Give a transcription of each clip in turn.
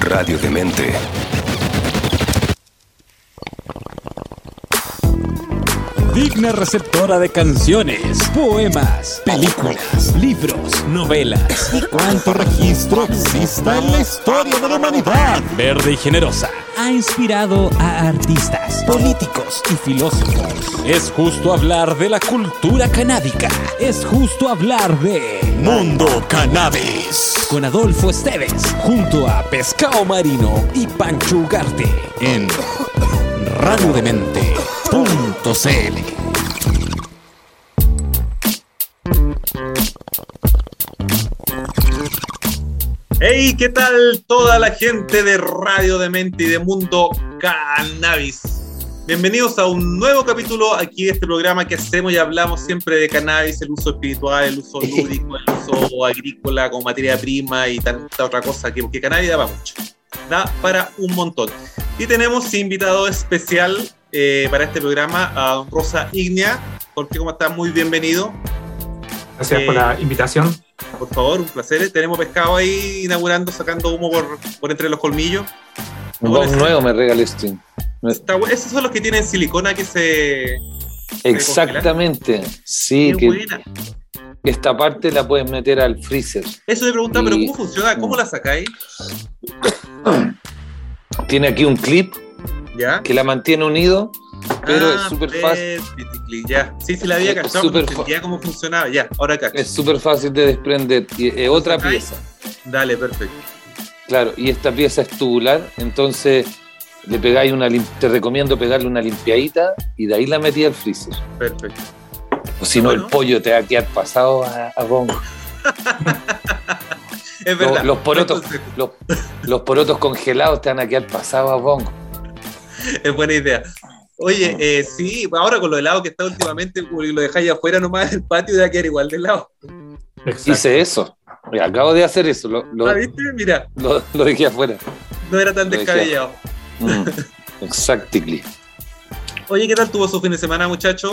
Radio Demente. Digna receptora de canciones, poemas, películas, libros, novelas y cuánto registro exista en la historia de la humanidad. Verde y generosa ha inspirado a artistas, políticos y filósofos. Es justo hablar de la cultura canábica. Es justo hablar de Mundo Cannabis con Adolfo Esteves junto a Pescado Marino y Pancho Ugarte en radiodemente.cl. Hey, ¿qué tal toda la gente de Radio Demente y de Mundo Cannabis? Bienvenidos a un nuevo capítulo aquí de este programa que hacemos y hablamos siempre de cannabis, el uso espiritual, el uso lúdico, el uso agrícola como materia prima y tanta otra cosa que cannabis da para mucho. Da para un montón. Y tenemos invitado especial para este programa a don Rosa Ignea. Jorge, ¿cómo estás? Muy bienvenido. Gracias por la invitación. Por favor, un placer. Tenemos Pescado ahí inaugurando, sacando humo por entre los colmillos. Un bong nuevo me regalé stream. Esos son los que tienen silicona que se... Exactamente. Sí, qué que buena. Esta parte la puedes meter al freezer. Eso me preguntaba, pero ¿cómo funciona? ¿Cómo la sacáis? Tiene aquí un clip, ¿ya?, que la mantiene unido, pero es súper fácil. Ya. Sí, la había cachado, pero no entendía cómo funcionaba. Ya, ahora cacho. Es súper fácil de desprender. Y otra pieza. Dale, perfecto. Claro, y esta pieza es tubular, entonces le pegáis te recomiendo pegarle una limpiadita y de ahí la metí al freezer. Perfecto. O si no, el pollo te va a quedar pasado a bongo. Es verdad. Los porotos congelados te van a quedar pasados a bongo. Es buena idea. Oye, sí, ahora con lo helado que está últimamente, lo dejáis afuera nomás del patio y va a quedar igual de helado. Exacto. Hice eso. Mira, acabo de hacer eso. ¿Viste? Mira. Lo dejé afuera. No era tan descabellado. Exactly. Oye, ¿qué tal tuvo su fin de semana, muchacho?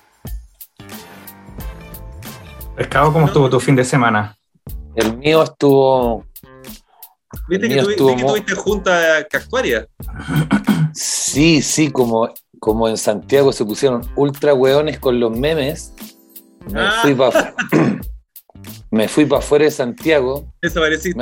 Pescado, ¿cómo estuvo tu fin de semana? El mío estuvo... ¿Viste que tuviste junta actuaria? Sí, como en Santiago se pusieron ultra hueones con los memes, me fui para afuera de Santiago. Desapareciste.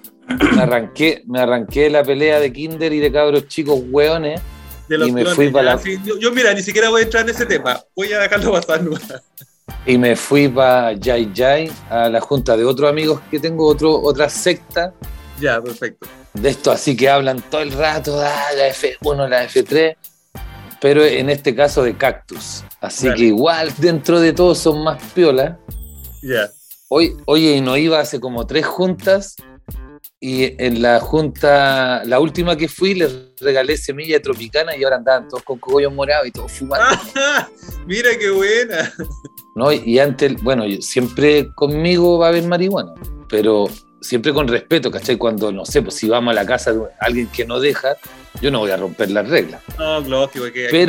Me arranqué la pelea de kinder y de cabros chicos hueones y me fui para sí, yo mira, ni siquiera voy a entrar en ese tema, voy a dejarlo pasar nomás. Y me fui para Yay a la junta de otros amigos que tengo, otra secta. Ya, perfecto. De esto así que hablan todo el rato, la F1, la F3, pero en este caso de cactus. Así que igual dentro de todo son más piolas. Ya. Oye, y no iba hace como 3 juntas, y en la junta, la última que fui, les regalé semilla de tropicana y ahora andaban todos con cogollos morados y todos fumando. Mira qué buena. No, y antes, bueno, siempre conmigo va a haber marihuana, pero siempre con respeto, ¿cachai? Cuando, no sé, pues si vamos a la casa de alguien que no deja, yo no voy a romper las reglas. No, lógico,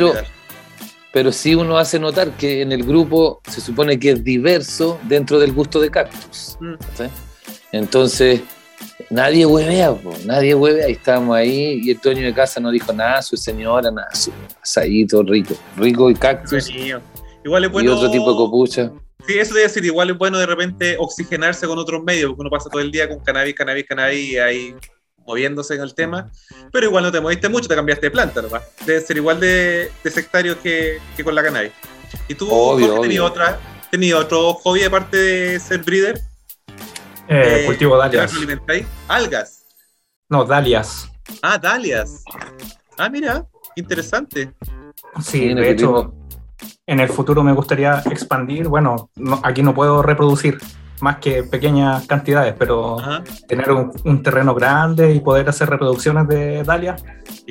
pero sí uno hace notar que en el grupo se supone que es diverso dentro del gusto de cactus. ¿Sí? Entonces, nadie huevea, y estábamos ahí, y el dueño de casa no dijo nada, su señora, nada, su asadito rico y cactus. Igual es bueno, y otro tipo de copucha. Sí, eso debe decir, igual es bueno de repente oxigenarse con otros medios, porque uno pasa todo el día con cannabis y ahí moviéndose en el tema, pero igual no te moviste mucho, te cambiaste de planta nomás. Debe ser igual de sectario que con la cannabis. ¿Y tú, tenías otro hobby aparte de ser breeder? Cultivo dalias. ¿Algas? No, dalias. Ah, dalias. Ah, mira, interesante. Sí, de hecho, en el futuro me gustaría expandir. Bueno, aquí no puedo reproducir más que pequeñas cantidades, pero tener un terreno grande y poder hacer reproducciones de dalias.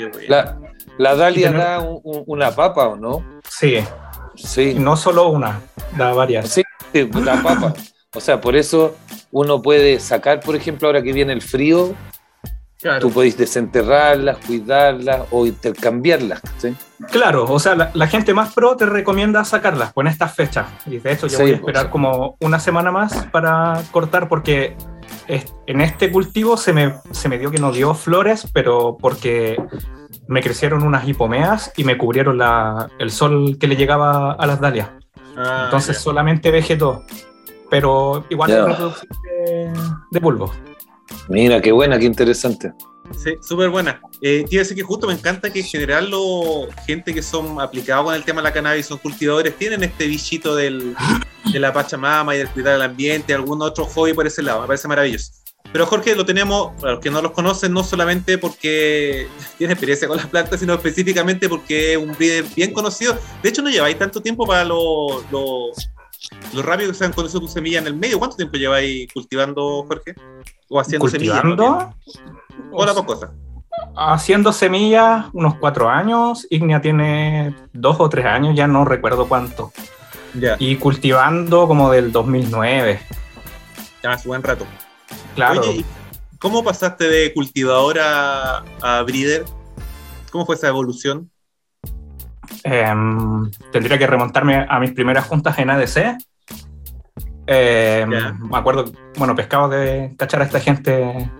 La dalia da una papa, ¿o no? Sí. Sí. No solo una, da varias. Sí, la papa. O sea, por eso uno puede sacar, por ejemplo, ahora que viene el frío, claro, tú podés desenterrarlas, cuidarlas o intercambiarlas, ¿sí? Claro, o sea, la gente más pro te recomienda sacarlas con estas fechas. Y de hecho yo voy a esperar como una semana más para cortar, porque en este cultivo se me dio que no dio flores, pero porque me crecieron unas hipomeas y me cubrieron el sol que le llegaba a las dalias. Entonces solamente vegetó, pero igual es reproducción de bulbos. Mira, qué buena, qué interesante. Sí, súper buena. Quiero decir que justo me encanta que en general gente que son aplicados con el tema de la cannabis, son cultivadores, tienen este bichito de la Pachamama y del cuidar del ambiente, algún otro hobby por ese lado, me parece maravilloso. Pero Jorge lo tenemos, para los que no los conocen, no solamente porque tiene experiencia con las plantas, sino específicamente porque es un breeder bien conocido. De hecho, no lleváis tanto tiempo para lo rápido que se han conocido tus semillas en el medio. ¿Cuánto tiempo lleváis cultivando, Jorge? ¿O haciendo semillas? ¿Cultivando? Hola, pues cosas. Haciendo semillas, unos 4 años. Ignia tiene 2 o 3 años, ya no recuerdo cuánto. Ya. Y cultivando como del 2009. Ya, hace buen rato. Claro. Oye, ¿cómo pasaste de cultivador a breeder? ¿Cómo fue esa evolución? Tendría que remontarme a mis primeras juntas en ADC. Me acuerdo, bueno, pescaba de cachar a esta gente.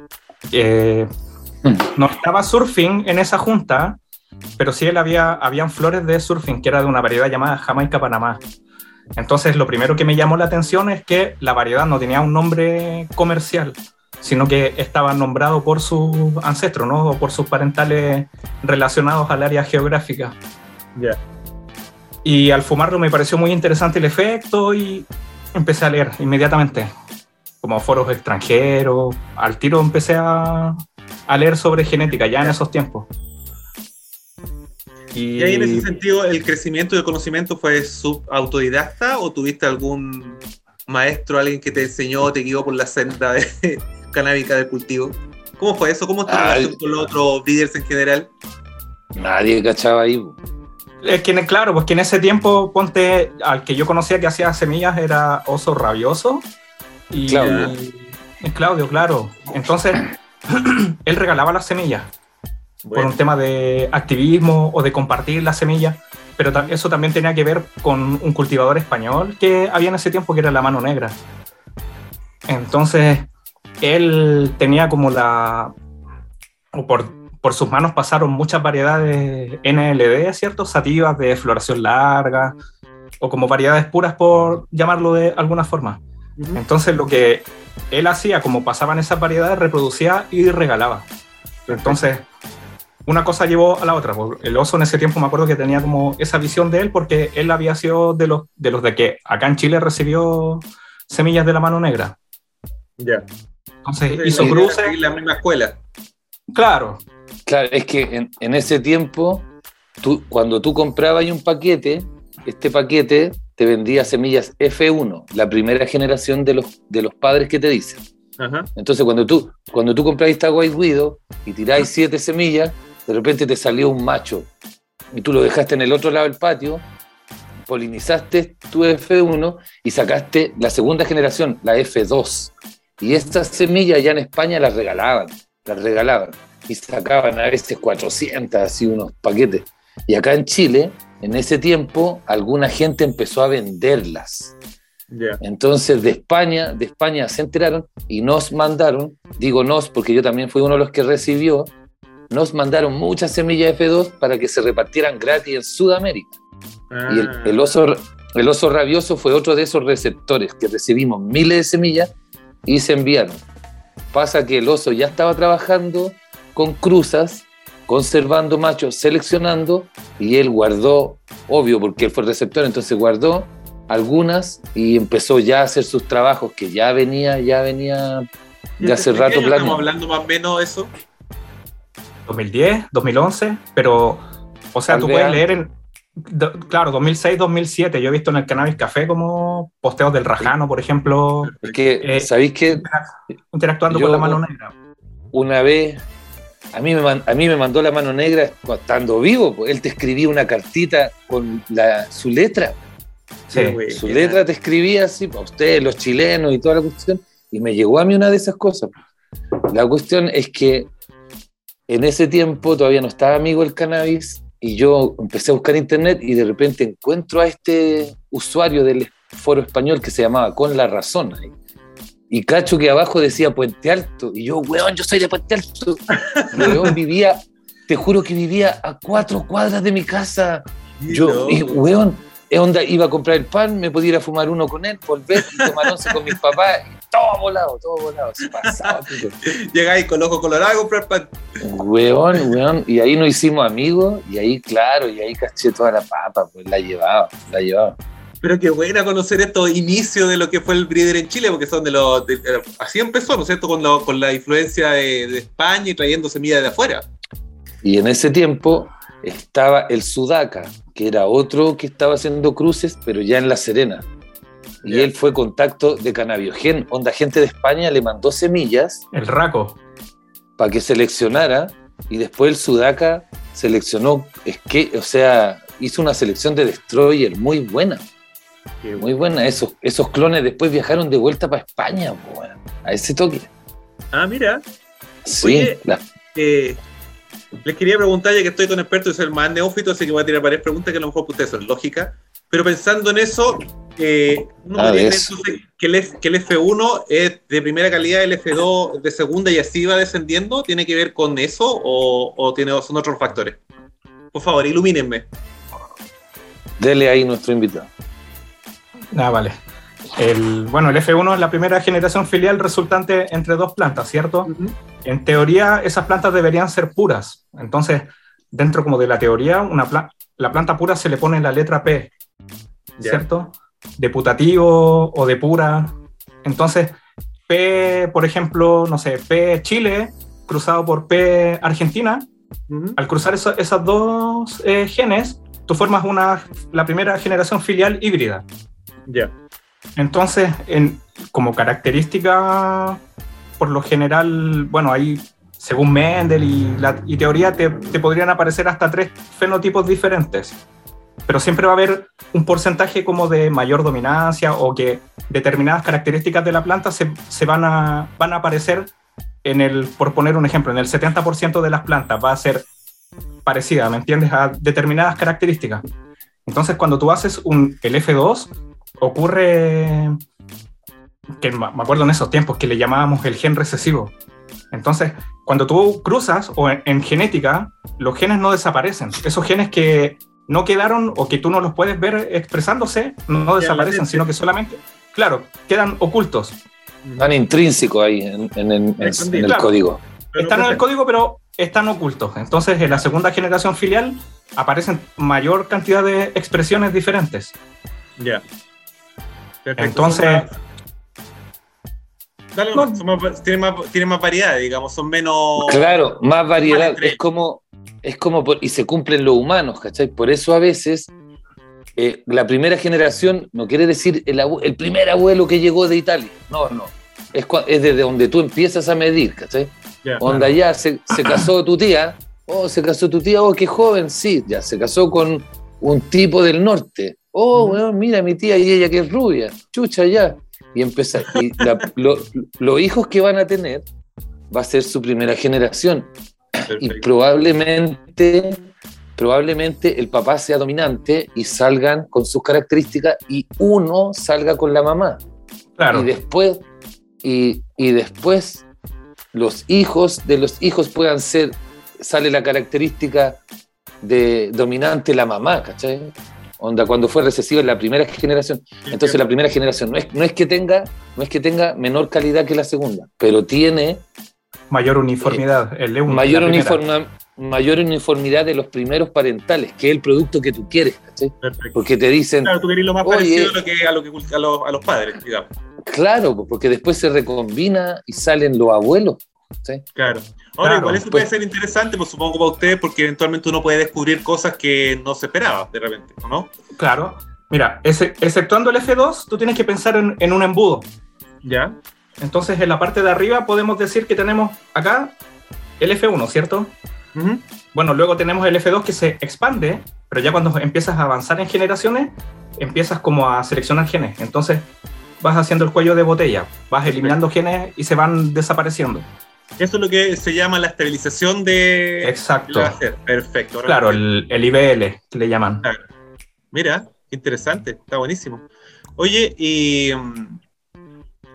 No estaba surfing en esa junta, pero sí habían flores de surfing, que era de una variedad llamada Jamaica Panamá. Entonces lo primero que me llamó la atención es que la variedad no tenía un nombre comercial, sino que estaba nombrado por sus ancestros, ¿no? O por sus parentales relacionados al área geográfica. Yeah. Y al fumarlo me pareció muy interesante el efecto y empecé a leer inmediatamente, como foros extranjeros. Al tiro empecé a leer sobre genética ya en esos tiempos. ¿Y ahí en ese sentido el crecimiento y el conocimiento fue autodidacta o tuviste algún maestro, alguien que te enseñó, te guió por la senda canábica del cultivo? ¿Cómo fue eso? ¿Cómo es tu relación con los otros breeders en general? Nadie cachaba ahí. Es que, claro, pues que en ese tiempo, ponte, al que yo conocía que hacía semillas era Oso Rabioso. Y Claudio, claro. Entonces, él regalaba las semillas. Bueno. Por un tema de activismo o de compartir las semillas, pero eso también tenía que ver con un cultivador español que había en ese tiempo, que era La Mano Negra. Entonces, él tenía como por sus manos pasaron muchas variedades NLD, ¿cierto? Sativas de floración larga, o como variedades puras, por llamarlo de alguna forma. Uh-huh. Entonces, lo que él hacía, como pasaban esas variedades, reproducía y regalaba. Entonces, una cosa llevó a la otra. El Oso en ese tiempo me acuerdo que tenía como esa visión de él, porque él había sido de los de que acá en Chile recibió semillas de La Mano Negra. Ya. Entonces hizo cruces. En la misma escuela. Claro. Claro, es que en ese tiempo, cuando tú comprabas un paquete, este paquete te vendía semillas F1, la primera generación de los padres que te dicen. Ajá. Entonces, cuando tú compráis esta White Widow y tiráis 7 semillas, de repente te salió un macho y tú lo dejaste en el otro lado del patio, polinizaste tu F1 y sacaste la segunda generación, la F2. Y estas semillas ya en España las regalaban y sacaban a veces 400, así unos paquetes. Y acá en Chile, en ese tiempo, alguna gente empezó a venderlas. Yeah. Entonces de España se enteraron y nos mandaron, digo nos porque yo también fui uno de los que recibió, nos mandaron muchas semillas F2 para que se repartieran gratis en Sudamérica. Y el oso rabioso fue otro de esos receptores que recibimos miles de semillas y se enviaron. Pasa que el oso ya estaba trabajando con cruzas, conservando machos, seleccionando, y él guardó, obvio porque él fue el receptor, entonces guardó algunas y empezó ya a hacer sus trabajos que ya venía de hace rato planeado. ¿Estamos hablando más o menos eso? 2010, 2011, pero, o sea, tú puedes leer claro, 2006, 2007, yo he visto en el Cannabis Café como posteos del Rajano, por ejemplo. Es que, ¿sabéis qué? Interactuando con La Mano Negra. Una vez, a mí me mandó La Mano Negra estando vivo, pues, él te escribía una cartita con su letra. Sí, su letra te escribía así, para ustedes, los chilenos y toda la cuestión, y me llegó a mí una de esas cosas. La cuestión es que en ese tiempo todavía no estaba amigo el cannabis, y yo empecé a buscar internet y de repente encuentro a este usuario del foro español que se llamaba Con la Razón. y cacho que abajo decía Puente Alto, y yo, weón, yo soy de Puente Alto. Weón, te juro que vivía a 4 cuadras de mi casa. Y weón, onda, iba a comprar el pan, me podía ir a fumar uno con él, volver y tomar once con mis papás, y todo volado, se pasaba. Llegáis con los ojos colorados a comprar pan. Weón, y ahí nos hicimos amigos, y ahí, claro, caché toda la papa, pues la llevaba. Pero qué buena conocer estos inicios de lo que fue el breeder en Chile, porque son así empezó, ¿no es cierto?, con la influencia de España y trayendo semillas de afuera. Y en ese tiempo estaba el Sudaca, que era otro que estaba haciendo cruces, pero ya en La Serena. Y él fue contacto de Cannabiogen. Onda, gente de España le mandó semillas. El Raco. Para que seleccionara, y después el Sudaca seleccionó, hizo una selección de Destroyer muy buena. Muy buena. Esos clones después viajaron de vuelta para España, bueno, a ese toque. Ah, mira. Sí. Oye, les quería preguntar, ya que estoy con expertos y soy el más neófito, así que voy a tirar varias preguntas que a lo mejor para ustedes son lógicas, pero pensando en eso, uno podría decir que el F1 es de primera calidad, el F2 de segunda y así va descendiendo. ¿Tiene que ver con eso o son otros factores? Por favor, ilumínenme. Dele ahí nuestro invitado. Vale. El F1 es la primera generación filial resultante entre 2 plantas, ¿cierto? Uh-huh. En teoría, esas plantas deberían ser puras. Entonces, dentro como de la teoría, la planta pura se le pone la letra P, ¿cierto? De putativo o de pura. Entonces, P, por ejemplo, no sé, P Chile cruzado por P Argentina. Uh-huh. Al cruzar esas dos genes, tú formas la primera generación filial híbrida. Ya. Entonces, como característica, por lo general, ahí, según Mendel y teoría, te podrían aparecer hasta 3 fenotipos diferentes. Pero siempre va a haber un porcentaje como de mayor dominancia o que determinadas características de la planta se van a aparecer por poner un ejemplo, en el 70% de las plantas va a ser parecida, ¿me entiendes?, a determinadas características. Entonces, cuando tú haces el F2, ocurre que me acuerdo en esos tiempos que le llamábamos el gen recesivo. Entonces, cuando tú cruzas o en genética, los genes no desaparecen. Esos genes que no quedaron o que tú no los puedes ver expresándose, no desaparecen, sino que solamente, claro, quedan ocultos. Están intrínsecos ahí en el código. Están en el código, pero están ocultos. Entonces, en la segunda generación filial aparecen mayor cantidad de expresiones diferentes. Ya. Perfecto. Entonces... Tiene más variedad, digamos, son menos... Claro, más variedad. Es como y se cumplen los humanos, ¿cachai? Por eso a veces la primera generación no quiere decir el primer abuelo que llegó de Italia. No. Es desde donde tú empiezas a medir, ¿cachai? Onda ya se casó tu tía, qué joven, sí, ya se casó con un tipo del norte. Bueno, mira mi tía y ella que es rubia, chucha ya. Y empezar. Y los hijos que van a tener va a ser su primera generación. Perfecto. Y probablemente el papá sea dominante y salgan con sus características y uno salga con la mamá. Claro. Y después los hijos de los hijos puedan ser, sale la característica de dominante la mamá, ¿cachai? Onda, cuando fue recesiva en la primera generación. Entonces la primera generación no es que tenga menor calidad que la segunda, pero tiene mayor uniformidad. Mayor uniformidad de los primeros parentales, que es el producto que tú quieres, ¿cachai? Perfecto. Porque te dicen... Claro, tú querés lo más parecido a los padres, digamos. Claro, porque después se recombina y salen los abuelos, ¿sí? Claro. Ahora, igual eso puede ser interesante, pues supongo para ustedes, porque eventualmente uno puede descubrir cosas que no se esperaba de repente, ¿no? Claro. Mira, exceptuando el F2, tú tienes que pensar en un embudo. Ya. Entonces, en la parte de arriba podemos decir que tenemos acá el F1, ¿cierto? Uh-huh. Bueno, luego tenemos el F2 que se expande, pero ya cuando empiezas a avanzar en generaciones, empiezas como a seleccionar genes. Entonces, vas haciendo el cuello de botella, vas eliminando genes y se van desapareciendo. Eso es lo que se llama la estabilización de... Exacto. Perfecto. Ahora claro, el IBL, que le llaman. Claro. Mira, qué interesante, está buenísimo. Oye, y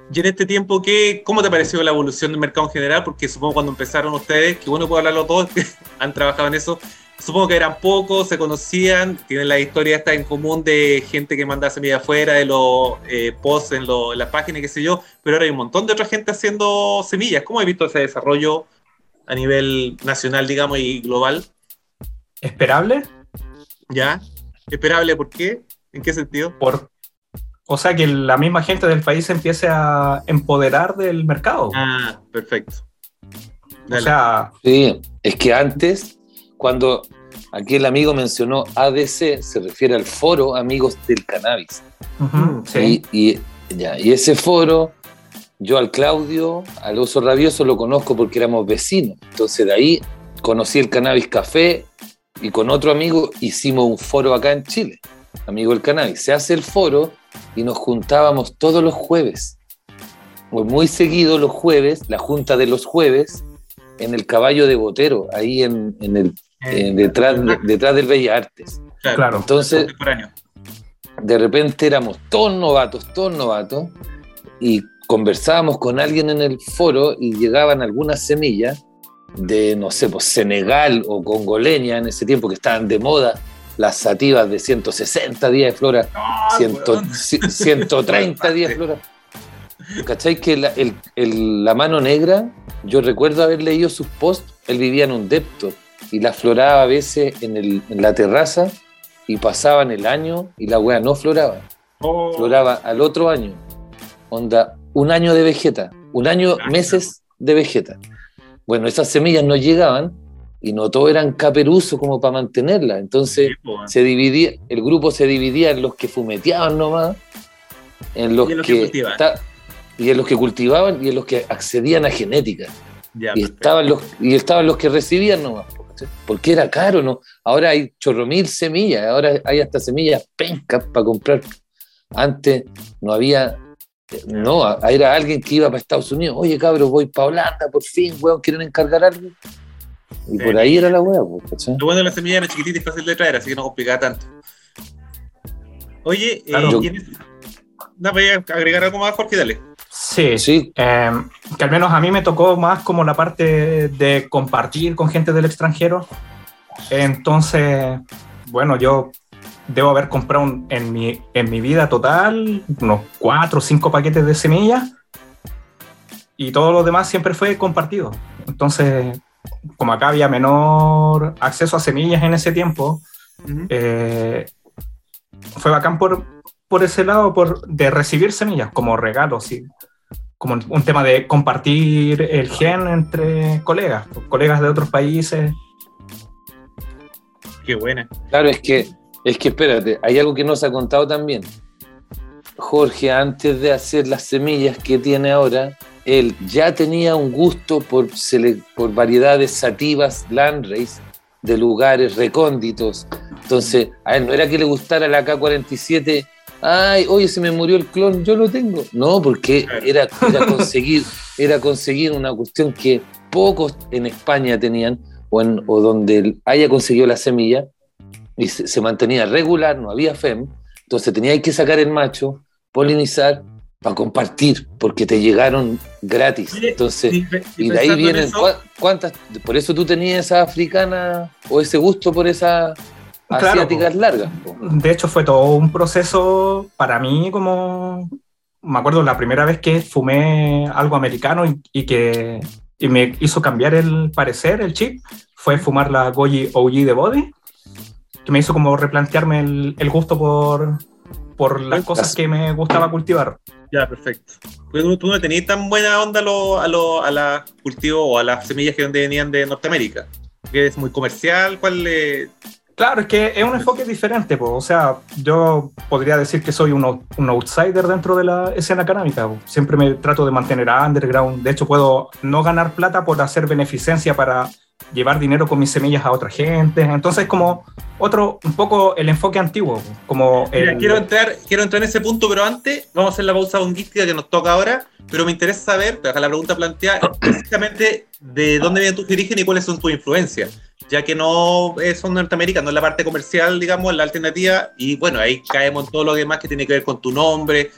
Y en este tiempo, ¿cómo te pareció la evolución del mercado en general? Porque supongo cuando empezaron ustedes, que bueno, puedo hablarlo todos, que han trabajado en eso, supongo que eran pocos, se conocían, tienen la historia esta en común de gente que manda semillas afuera, de los posts en las páginas, qué sé yo, pero ahora hay un montón de otra gente haciendo semillas. ¿Cómo has visto ese desarrollo a nivel nacional, digamos, y global? ¿Esperable? ¿Ya? ¿Esperable por qué? ¿En qué sentido? O sea, que la misma gente del país se empiece a empoderar del mercado. Ah, perfecto. Dale. O sea... Sí, es que antes, cuando aquí el amigo mencionó ADC, se refiere al Foro Amigos del Cannabis. Sí. Y ese foro, yo al Claudio, al Oso Rabioso lo conozco porque éramos vecinos. Entonces de ahí conocí el Cannabis Café y con otro amigo hicimos un foro acá en Chile, Amigo del Cannabis. Se hace el foro y nos juntábamos todos los jueves, muy seguido los jueves, la junta de los jueves, en el Caballo de Botero, ahí detrás del Bellas Artes. Claro. Entonces, de repente éramos todos novatos, y conversábamos con alguien en el foro y llegaban algunas semillas de, no sé, pues Senegal o congoleña en ese tiempo que estaban de moda, las sativas de 160 días de flora, 130 días de flora. ¿Cachai? Que la mano negra, yo recuerdo haber leído sus posts, él vivía en un depto y la floraba a veces en la terraza y pasaban el año y la wea no floraba. Floraba al otro año. Onda, un año de vegeta, meses de vegeta. Bueno, esas semillas no llegaban y no todo eran caperuzos como para mantenerla. Entonces el grupo se dividía en los que fumeteaban nomás, en los que cultivaban y en los que accedían a genética. Y estaban los que recibían nomás, porque era caro, ¿no? Ahora hay chorromil semillas, ahora hay hasta semillas pencas para comprar. Antes no había, era alguien que iba para Estados Unidos, oye cabros, voy para Holanda, por fin, weón, ¿quieren encargar algo? Y por ahí era la weá, ¿cachai? Lo bueno de la semilla era chiquitita y fácil de traer, así que no complicaba tanto. Oye, ¿voy a agregar algo más, Jorge? Dale. Sí. Que al menos a mí me tocó más como la parte de compartir con gente del extranjero. Entonces, bueno, yo debo haber comprado en mi vida total unos 4 o 5 paquetes de semillas y todo lo demás siempre fue compartido. Entonces, como acá había menor acceso a semillas en ese tiempo, fue bacán por ese lado, de recibir semillas como regalos, ¿sí? Como un tema de compartir el gen entre colegas de otros países. Qué buena. Claro, es que espérate, hay algo que no se ha contado también. Jorge, antes de hacer las semillas que tiene ahora, él ya tenía un gusto por variedades sativas landrace de lugares recónditos. Entonces, a él no era que le gustara la K47, ay, oye, se me murió el clon, yo lo tengo. No, porque era conseguir una cuestión que pocos en España tenían, o donde él haya conseguido la semilla, y se mantenía regular, no había FEM, entonces tenía que sacar el macho, polinizar, para compartir, porque te llegaron gratis. Entonces, y de ahí vienen cuántas, por eso tú tenías esa africana o ese gusto por esas asiáticas largas. De hecho, fue todo un proceso para mí, como me acuerdo la primera vez que fumé algo americano y me hizo cambiar el parecer, el chip, fue fumar la Goji OG de Body, que me hizo como replantearme el gusto por las cosas que me gustaba cultivar. Ya, perfecto. ¿Tú no tenías tan buena onda a los cultivos o a las semillas que venían de Norteamérica? Que es muy comercial, Claro, es que es un enfoque diferente, pues. O sea, yo podría decir que soy un outsider dentro de la escena canábica. Siempre me trato de mantener underground. De hecho, puedo no ganar plata por hacer beneficencia para llevar dinero con mis semillas a otra gente. Entonces, como un poco el enfoque antiguo. Mira, quiero entrar en ese punto, pero antes vamos a hacer la pausa bonguística que nos toca ahora. Pero me interesa saber, te dejo la pregunta planteada, específicamente de dónde vienen tus orígenes y cuáles son tus influencias. Ya que no son Norteamérica, no es la parte comercial, digamos, la alternativa. Y bueno, ahí caemos en todo lo demás que tiene que ver con tu nombre.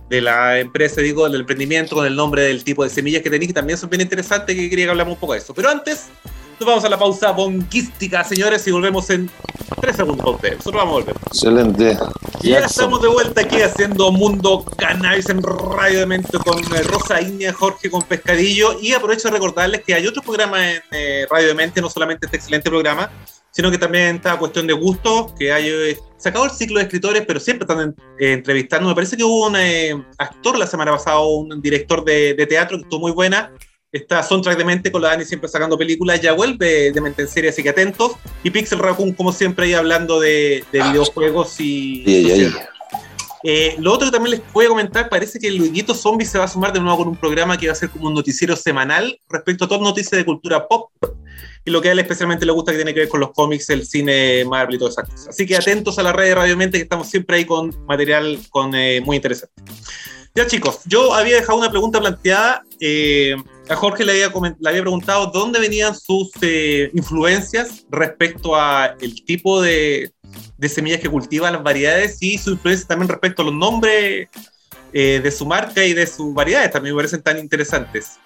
la empresa, digo, del emprendimiento, con el nombre del tipo de semillas que tenéis, que también son bien interesantes, que quería que hablamos un poco de eso. Pero antes, nos vamos a la pausa bonquística, señores, y volvemos en 3 segundos para ustedes. Nosotros vamos a volver. Excelente. Y ya estamos de vuelta aquí haciendo Mundo Cannabis en Radio Demente con Rosa Iña, Jorge con Pescadillo. Y aprovecho de recordarles que hay otros programas en Radio Demente, no solamente este excelente programa, sino que también está Cuestión de Gusto, que hay sacado el ciclo de escritores, pero siempre están entrevistando. Me parece que hubo un actor la semana pasada, un director de teatro que estuvo muy buena. Está Soundtrack de Mente con la Dani siempre sacando películas. Ya vuelve de Mente en Serie, así que atentos. Y Pixel Raccoon, como siempre, ahí hablando de videojuegos y... Lo otro que también les voy a comentar, parece que el Luiguito Zombie se va a sumar de nuevo con un programa que va a ser como un noticiero semanal respecto a todas noticias de cultura pop y lo que a él especialmente le gusta, que tiene que ver con los cómics, el cine, Marvel y todas esas cosas. Así que atentos a la red de Radio Mente, que estamos siempre ahí con material muy interesante. Ya, chicos, yo había dejado una pregunta planteada. A Jorge le había preguntado dónde venían sus influencias respecto a el tipo de semillas que cultiva, las variedades, y su influencia también respecto a los nombres de su marca y de sus variedades. También me parecen tan interesantes.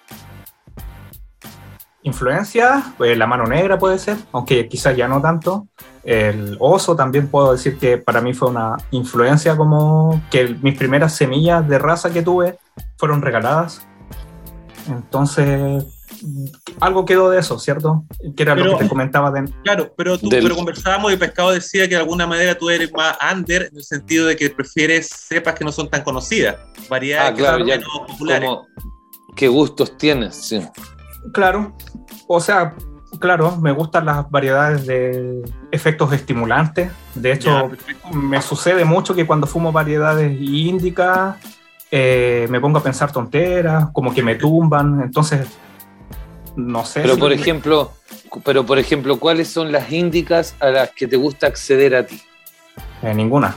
Influencia, pues la mano negra puede ser, aunque quizás ya no tanto. El oso también puedo decir que para mí fue una influencia, como que mis primeras semillas de raza que tuve fueron regaladas. Entonces, algo quedó de eso, ¿cierto? Que era lo que te comentaba. Claro, pero conversábamos y Pescado decía que de alguna manera tú eres más under, en el sentido de que prefieres cepas que no son tan conocidas, variedades que son menos populares. Como, ¿qué gustos tienes? Sí. Claro, o sea, claro, me gustan las variedades de efectos estimulantes. De hecho, me sucede mucho que cuando fumo variedades índicas me pongo a pensar tonteras, como que me tumban, entonces no sé. Pero por ejemplo, ¿cuáles son las índicas a las que te gusta acceder a ti? Ninguna.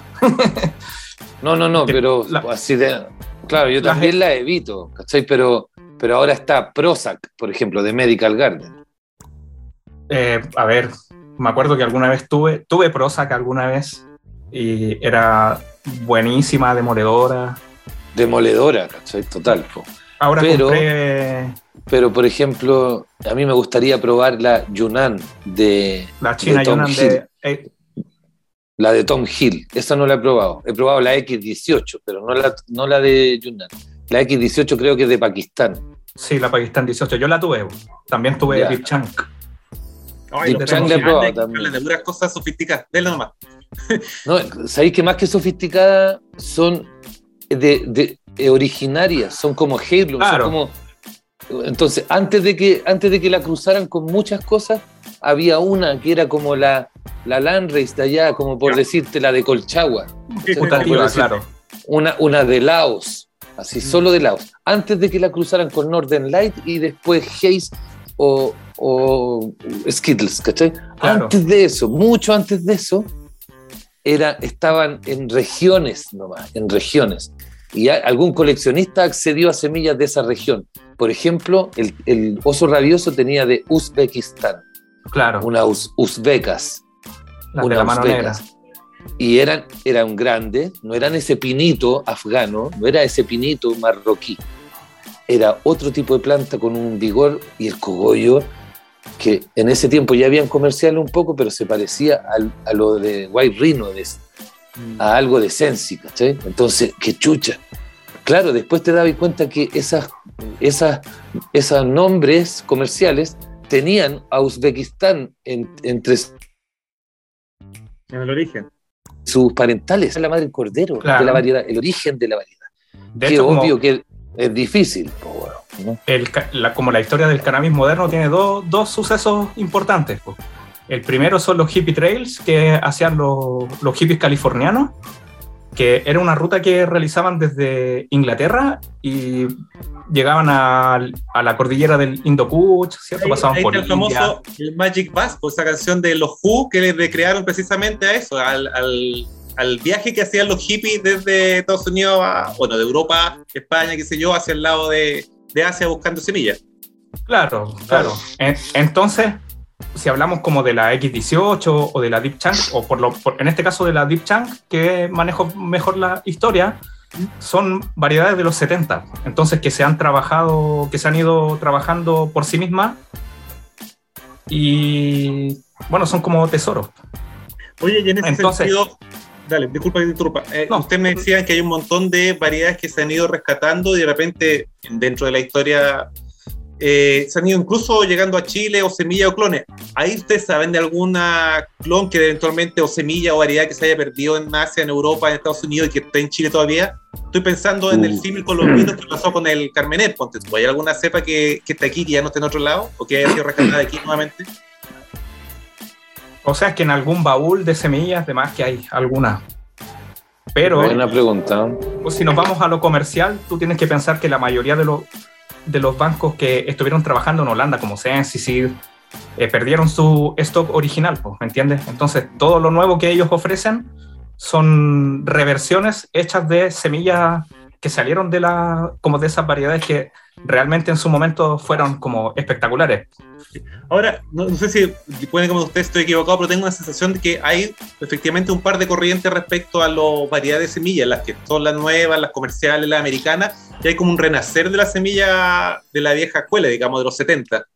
No, pero así de... Claro, yo también la evito, ¿cachai? Pero ahora está Prozac, por ejemplo, de Medical Garden. A ver, me acuerdo que alguna vez tuve Prozac alguna vez y era buenísima, demoledora. Demoledora, ¿cachai? Total. Ahora pero, por ejemplo, a mí me gustaría probar la Yunnan de la China de Tom Yunnan Hill. La de Tom Hill, esa no la he probado. He probado la X18, pero no la de Yunnan. La X18 creo que es de Pakistán. Sí, la Pakistán 18. Yo la tuve. También tuve Deep Chunk. Deep Chunk la he probado también. De puras cosas sofisticadas. Denle nomás. No, ¿sabéis que más que sofisticadas son de originarias? Son como heirloom. Claro. Son como... Entonces, antes de que la cruzaran con muchas cosas, había una que era como la Landrace de allá, como por decirte, la de Colchagua. Putativa, claro. Una de Laos. Así, solo de Laos, antes de que la cruzaran con Northern Light y después Haze o Skittles, ¿cachai? Claro. Antes de eso, mucho antes de eso, estaban en regiones nomás, en regiones. Y algún coleccionista accedió a semillas de esa región. Por ejemplo, el oso rabioso tenía de Uzbekistán. Claro. Unas uzbecas. Las de la mano negra. Y eran grandes, no eran ese pinito afgano, no era ese pinito marroquí, era otro tipo de planta con un vigor, y el cogollo, que en ese tiempo ya habían comerciales un poco, pero se parecía a lo de White Rhino, a algo de Sensi, ¿cachai? Entonces, qué chucha. Claro, después te dabas cuenta que esos nombres comerciales tenían a Uzbekistán entre en el origen. Sus parentales, la madre del cordero, claro, de la variedad, el origen de la variedad. De hecho, obvio que es difícil, ¿no? Como la historia del cannabis moderno tiene dos sucesos importantes. El primero son los hippie trails que hacían los hippies californianos, que era una ruta que realizaban desde Inglaterra y llegaban a la cordillera del Hindu Kush, ¿cierto? Pasaban por el famoso Magic Bus, pues esa canción de los Who que les recrearon precisamente a eso, al viaje que hacían los hippies desde Estados Unidos de Europa, España, qué sé yo, hacia el lado de Asia buscando semillas. Claro. Entonces, si hablamos como de la X18 o de la Deep Chunk, o en este caso de la Deep Chunk, que manejo mejor la historia, son variedades de los 70, entonces que se han ido trabajando por sí mismas y bueno, son como tesoros. Oye, y en ese sentido, dale, disculpa que te interrumpa. No. Usted me decía que hay un montón de variedades que se han ido rescatando y de repente dentro de la historia se han ido incluso llegando a Chile o semillas o clones. ¿Ahí ustedes saben de alguna clon que eventualmente o semilla o variedad que se haya perdido en Asia, en Europa, en Estados Unidos y que esté en Chile todavía? Estoy pensando en el símil con los vinos que pasó con el Carmener. ¿Hay alguna cepa que está aquí, que ya no esté en otro lado o que haya sido rescatada aquí nuevamente? O sea, es que en algún baúl de semillas, de más que hay alguna. Pero buena pregunta. Pues si nos vamos a lo comercial, tú tienes que pensar que la mayoría de los bancos que estuvieron trabajando en Holanda, como Sensi, perdieron su stock original, ¿me entiendes? Entonces, todo lo nuevo que ellos ofrecen son reversiones hechas de semillas que salieron como de esas variedades que realmente en su momento fueron como espectaculares. Ahora, no sé si pueden como usted estoy equivocado, pero tengo una sensación de que hay efectivamente un par de corrientes respecto a las variedades de semillas, las que son las nuevas, las comerciales, las americanas, y hay como un renacer de la semilla de la vieja escuela, digamos, de los 70.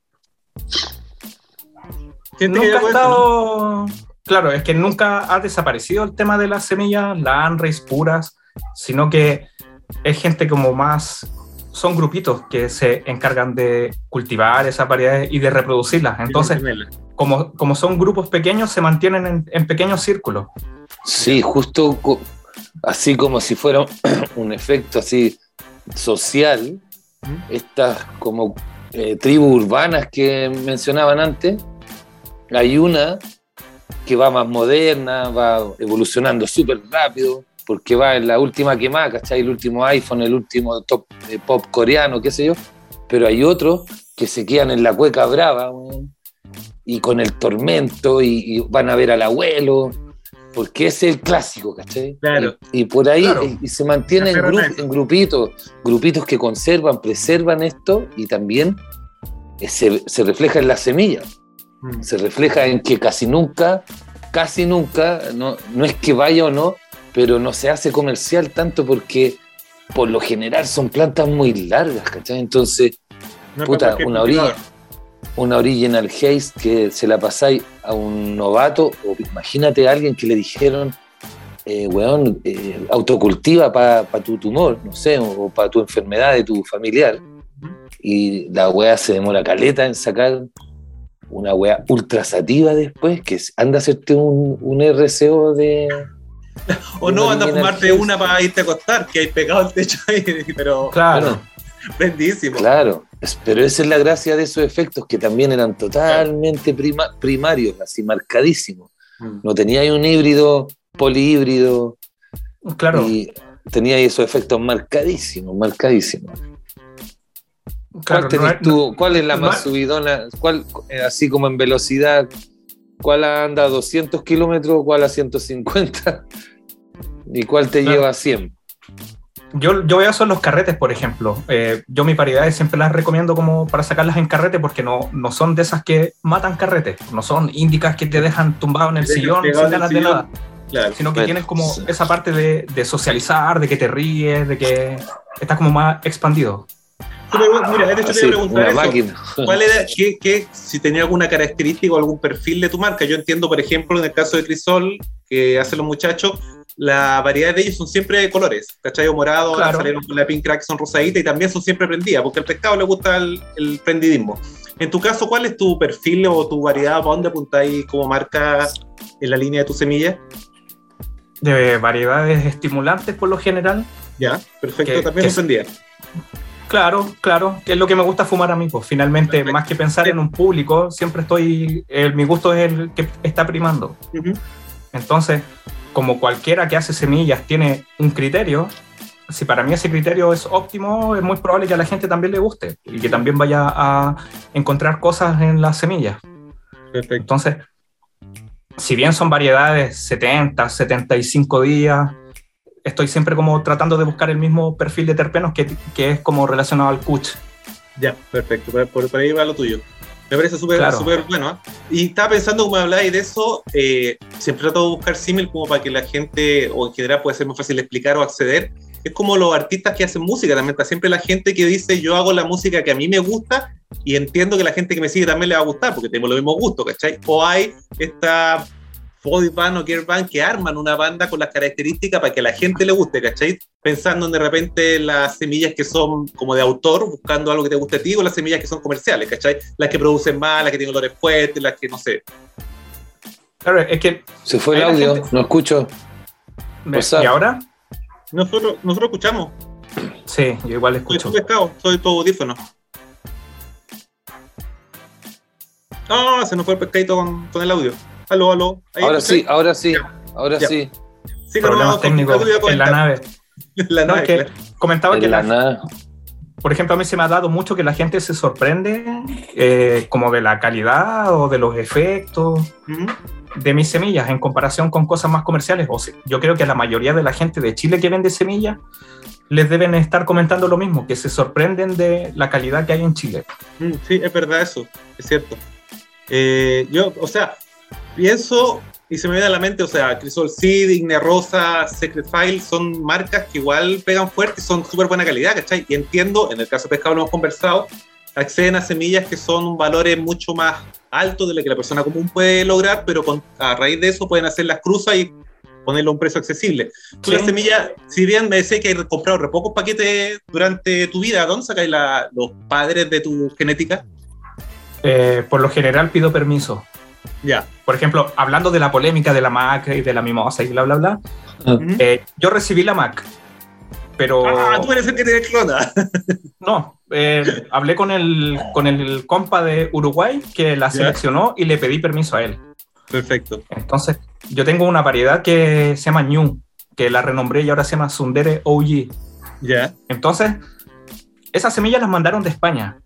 Nunca ha estado... Claro, es que nunca ha desaparecido el tema de las semillas, las ANRES puras, sino que es gente como más... Son grupitos que se encargan de cultivar esas variedades y de reproducirlas. Entonces, como son grupos pequeños, se mantienen en pequeños círculos. Sí, justo así como si fuera un efecto así social, estas como tribus urbanas que mencionaban antes, hay una que va más moderna, va evolucionando súper rápido, porque va en la última quemada, ¿cachai? El último iPhone, el último top pop coreano, qué sé yo. Pero hay otros que se quedan en la cueca brava, y con el tormento, y van a ver al abuelo, porque ese es el clásico, ¿cachai? Claro. Y por ahí claro. Y se mantiene en grupitos que conservan, preservan esto, y también se refleja en la semilla. Se refleja en que casi nunca, no es que vaya o no, pero no se hace comercial tanto porque por lo general son plantas muy largas, ¿cachai? Entonces, una Original Haze que se la pasáis a un novato, o imagínate a alguien que le dijeron, autocultiva para tu tumor, no sé, o para tu enfermedad de tu familiar, y la weá se demora caleta en sacar una weá ultra sativa después, que anda a hacerte un RCO de... O no, anda a fumarte una para irte a acostar, que hay pegado el techo ahí, pero... Claro. Bendísimo. Claro, pero esa es la gracia de esos efectos, que también eran totalmente primarios, así marcadísimos. No tenía ahí un híbrido, polihíbrido. Claro. Y tenía ahí esos efectos marcadísimos. Claro, ¿Cuál es la más subidona? ¿Cuál, así como en velocidad, cuál anda a 200 kilómetros, cuál a 150? ¿Y cuál te lleva a 100? Yo veo eso en los carretes, por ejemplo. Yo mis variedades siempre las recomiendo como para sacarlas en carrete, porque no son de esas que matan carretes, no son índicas que te dejan tumbado en el sillón sin ganas de nada. Claro. Sino que tienes como esa parte de socializar, de que te ríes, de que estás como más expandido. Mira, de hecho te voy a preguntar eso. ¿Cuál era, si tenía alguna característica o algún perfil de tu marca? Yo entiendo, por ejemplo, en el caso de Crisol, que hacen los muchachos, la variedad de ellos son siempre de colores, ¿cachai? O morado, claro. Salieron con la Pink Crack, son rosaditas y también son siempre prendidas, porque al pescado le gusta el prendidismo. En tu caso, ¿cuál es tu perfil o tu variedad? ¿Para dónde apuntáis como marca en la línea de tu semilla? De variedades estimulantes, por lo general. Ya, perfecto, también prendida. Claro, que es lo que me gusta fumar a mí, pues finalmente, perfecto. Más que pensar en un público, siempre mi gusto es el que está primando. Entonces, como cualquiera que hace semillas tiene un criterio, si para mí ese criterio es óptimo, es muy probable que a la gente también le guste y que también vaya a encontrar cosas en las semillas. Perfecto. Entonces, si bien son variedades 70, 75 días, estoy siempre como tratando de buscar el mismo perfil de terpenos que es como relacionado al kuch. Ya, perfecto, por ahí va lo tuyo. Me parece súper bueno, ¿eh? Y estaba pensando, como habláis de eso, siempre trato de buscar símil como para que la gente, o en general puede ser más fácil explicar o acceder. es como los artistas que hacen música también, está siempre la gente que dice yo hago la música que a mí me gusta y entiendo que la gente que me sigue también le va a gustar porque tenemos los mismos gustos, ¿cachai? O hay esta body band o girl band que arman una banda con las características para que a la gente le guste, ¿cachai? Pensando en de repente las semillas que son como de autor, buscando algo que te guste a ti, o las semillas que son comerciales, ¿cachai? Las que producen más, las que tienen olores fuertes, las que no sé. Claro, es que... Se fue el audio, gente... no escucho. ¿Y ahora? Nosotros escuchamos. Sí, yo igual escucho. Soy tu pescado, soy tu audífono. No, se nos fue el pescadito con el audio. Aló. Ahora sí. Sí. Problemas técnicos en la nave. Comentaba que por ejemplo, a mí se me ha dado mucho que la gente se sorprende como de la calidad o de los efectos de mis semillas en comparación con cosas más comerciales. O sea, yo creo que a la mayoría de la gente de Chile que vende semillas les deben estar comentando lo mismo, que se sorprenden de la calidad que hay en Chile. Sí, es verdad eso, es cierto. Yo, o sea, pienso y se me viene a la mente, o sea, Crisol Seed, Igne Rosa, Secret File, son marcas que igual pegan fuerte y son súper buena calidad, ¿cachai? Y entiendo, en el caso de pescado lo hemos conversado, acceden a semillas que son valores mucho más altos de lo que la persona común puede lograr, pero a raíz de eso pueden hacer las cruzas y ponerle un precio accesible. Tú las semillas, si bien me decís que hay comprado re pocos paquetes durante tu vida, ¿dónde sacáis los padres de tu genética? Por lo general pido permiso. Ya. Por ejemplo, hablando de la polémica de la Mac y de la mimosa y bla, bla, bla, yo recibí la Mac, pero... tú eres el que tiene clona. No, hablé con el compa de Uruguay que la seleccionó y le pedí permiso a él. Perfecto. Entonces, yo tengo una variedad que se llama New, que la renombré y ahora se llama Sundere OG. Ya. Entonces, esas semillas las mandaron de España.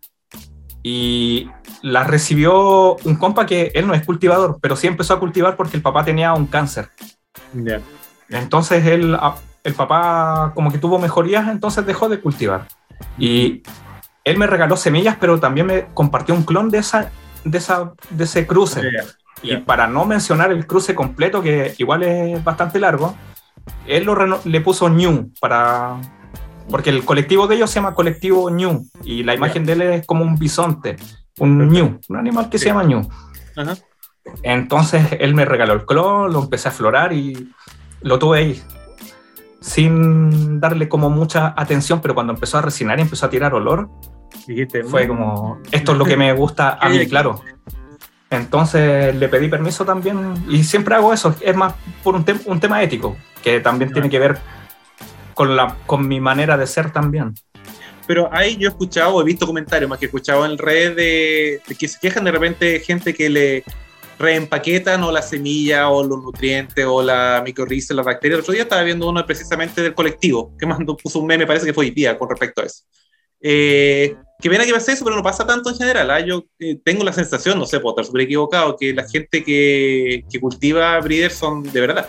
Y las recibió un compa que él no es cultivador, pero sí empezó a cultivar porque el papá tenía un cáncer. Yeah. Entonces el papá como que tuvo mejorías, entonces dejó de cultivar. Y él me regaló semillas, pero también me compartió un clon de ese cruce. Y para no mencionar el cruce completo, que igual es bastante largo, él le puso New porque el colectivo de ellos se llama Colectivo Ñu y la imagen de él es como un bisonte, un ñu, un animal que se llama ñu. Ajá. Entonces él me regaló el clon, lo empecé a florar y lo tuve ahí sin darle como mucha atención, pero cuando empezó a resinar y empezó a tirar olor, fue como, esto es lo que me gusta a mí, claro. Entonces le pedí permiso también y siempre hago eso, es más por un tema ético, que también tiene que ver con mi manera de ser también. Pero ahí yo he escuchado, he visto comentarios más que he escuchado en redes de que se quejan de repente gente que le reempaquetan o la semilla o los nutrientes o la micorriza, la bacteria. El otro día estaba viendo uno precisamente del colectivo que puso un meme, parece que fue hoy día con respecto a eso. Que pena que pase eso, pero no pasa tanto en general. Yo tengo la sensación, no sé, puedo estar súper equivocado, que la gente que cultiva breeder son de verdad.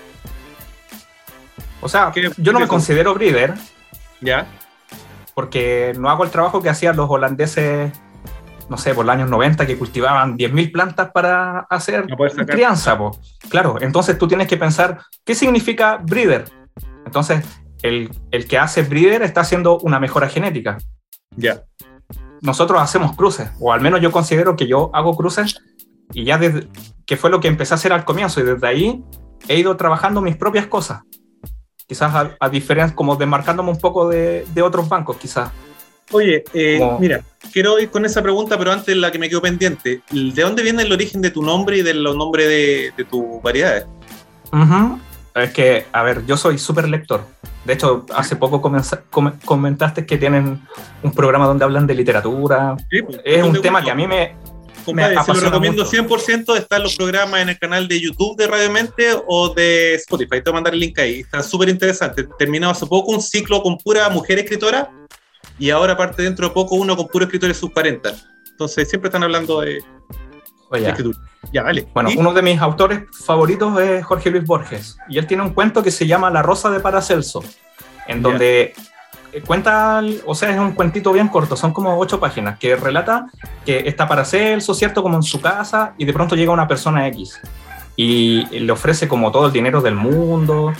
O sea, yo no me considero breeder. ¿Ya? Porque no hago el trabajo que hacían los holandeses, no sé, por los años 90, que cultivaban 10.000 plantas para hacer crianza. Claro, entonces tú tienes que pensar, ¿qué significa breeder? Entonces, el que hace breeder está haciendo una mejora genética. Ya. Nosotros hacemos cruces, o al menos yo considero que yo hago cruces, y ya desde que fue lo que empecé a hacer al comienzo, y desde ahí he ido trabajando mis propias cosas. Quizás a diferencia, como desmarcándome un poco de otros bancos, quizás. Oye, mira, quiero ir con esa pregunta, pero antes la que me quedó pendiente. ¿De dónde viene el origen de tu nombre y del nombre de tus variedades? Es que, a ver, yo soy súper lector. De hecho, hace poco comentaste que tienen un programa donde hablan de literatura. Sí, pues, es un tema que a mí me se lo recomiendo mucho. 100%. Están los programas en el canal de YouTube de Radio Mente o de Spotify. Te voy a mandar el link ahí. Está súper interesante. Terminado hace poco un ciclo con pura mujer escritora y ahora parte dentro de poco uno con puros escritores sub 40. Entonces siempre están hablando de escritura. Ya, vale. Bueno, uno de mis autores favoritos es Jorge Luis Borges y él tiene un cuento que se llama La Rosa de Paracelso, en donde cuenta, o sea, es un cuentito bien corto, son como 8 páginas, que relata que está Paracelso, ¿cierto?, como en su casa, y de pronto llega una persona X y le ofrece como todo el dinero del mundo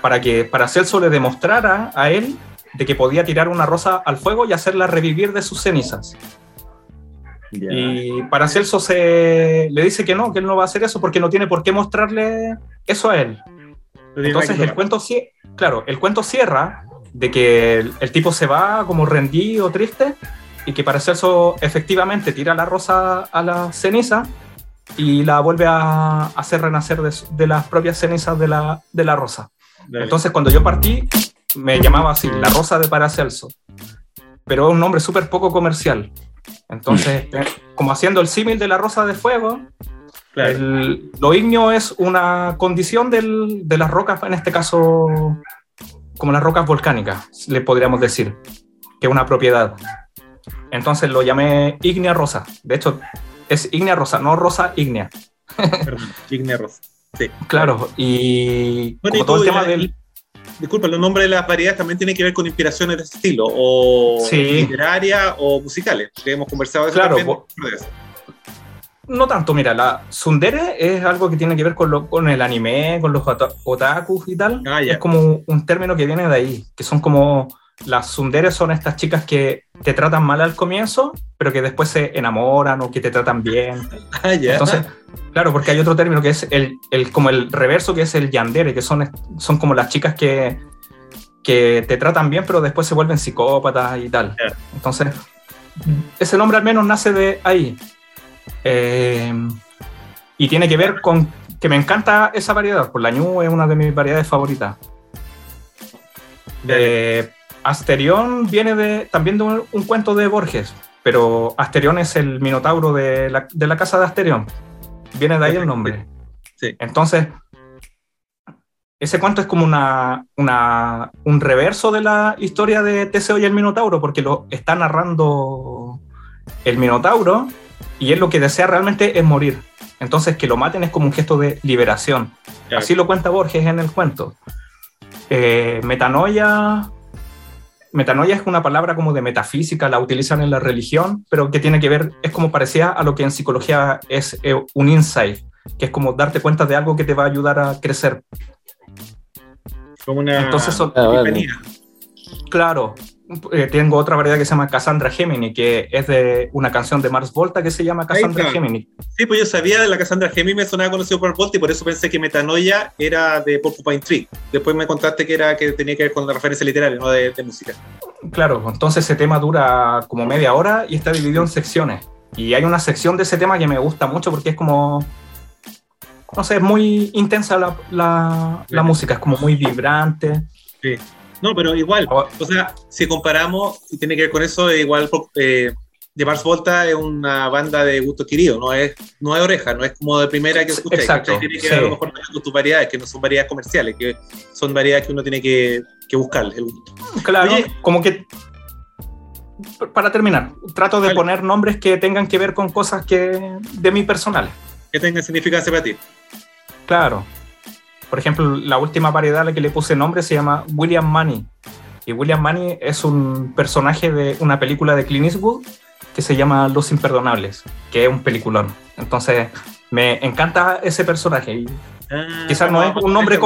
Paracelso le demostrara a él de que podía tirar una rosa al fuego y hacerla revivir de sus cenizas. Yeah. Y Paracelso le dice que él no va a hacer eso porque no tiene por qué mostrarle eso a él. Entonces el cuento cierra de que el tipo se va como rendido, triste, y que Paracelso efectivamente tira la rosa a la ceniza y la vuelve a hacer renacer de las propias cenizas de la rosa. Entonces cuando yo partí me llamaba así, la rosa de Paracelso, pero es un nombre súper poco comercial. Entonces, como haciendo el símil de la rosa de fuego, claro. Lo ígneo es una condición de las rocas, en este caso como las rocas volcánicas, le podríamos decir, que es una propiedad. Entonces lo llamé ígnea rosa. De hecho, es ígnea rosa, no rosa ígnea. Perdón, ígnea rosa. Sí. Claro, y bueno, como todo el tema del... Disculpa, los nombres de las variedades también tienen que ver con inspiraciones de ese estilo, o literarias o musicales, que hemos conversado de eso claro, también. No tanto, mira, la tsundere es algo que tiene que ver con el anime, con los otakus y tal. Es como un término que viene de ahí, que son como... Las tsundere son estas chicas que te tratan mal al comienzo, pero que después se enamoran o que te tratan bien. Entonces, claro, porque hay otro término que es como el reverso, que es el yandere, que son como las chicas que te tratan bien, pero después se vuelven psicópatas y tal. Entonces, ese nombre al menos nace de ahí. Y tiene que ver con que me encanta esa variedad, pues la ñu es una de mis variedades favoritas. Asterión viene también de un cuento de Borges, pero Asterión es el minotauro de la casa de Asterión. Viene de ahí el nombre. Sí. Entonces, ese cuento es como un reverso de la historia de Teseo y el minotauro, porque lo está narrando el minotauro y él lo que desea realmente es morir. Entonces, que lo maten es como un gesto de liberación. Claro. Así lo cuenta Borges en el cuento. Metanoia es una palabra como de metafísica, la utilizan en la religión, pero que tiene que ver, es como parecía a lo que en psicología es un insight, que es como darte cuenta de algo que te va a ayudar a crecer. Como una... Entonces claro, tengo otra variedad que se llama Cassandra Gemini, que es de una canción de Mars Volta que se llama Cassandra Gemini. Sí, pues yo sabía de la Cassandra Gemini, me sonaba conocido por Mars Volta y por eso pensé que Metanoia era de Porcupine Tree. Después me contaste que tenía que ver con la referencia literaria, no de música. Claro, entonces ese tema dura como media hora y está dividido en secciones. Y hay una sección de ese tema que me gusta mucho porque es como... No sé, es muy intensa la música, es como muy vibrante. Sí. No, pero igual, o sea, si comparamos, y tiene que ver con eso, igual de Mars Volta es una banda de gusto adquirido, no es oreja, no es como de primera que escucháis. Exacto, tiene que ver a lo mejor con tus variedades, que no son variedades comerciales, que son variedades que uno tiene que buscarle el gusto. Claro, como que, para terminar, trato de poner nombres que tengan que ver con cosas de mí personales. Que tengan significancia para ti. Claro. Por ejemplo, la última variedad a la que le puse nombre se llama William Money. Y William Money es un personaje de una película de Clint Eastwood que se llama Los Imperdonables, que es un peliculón. Entonces, me encanta ese personaje. Y quizás no es un nombre...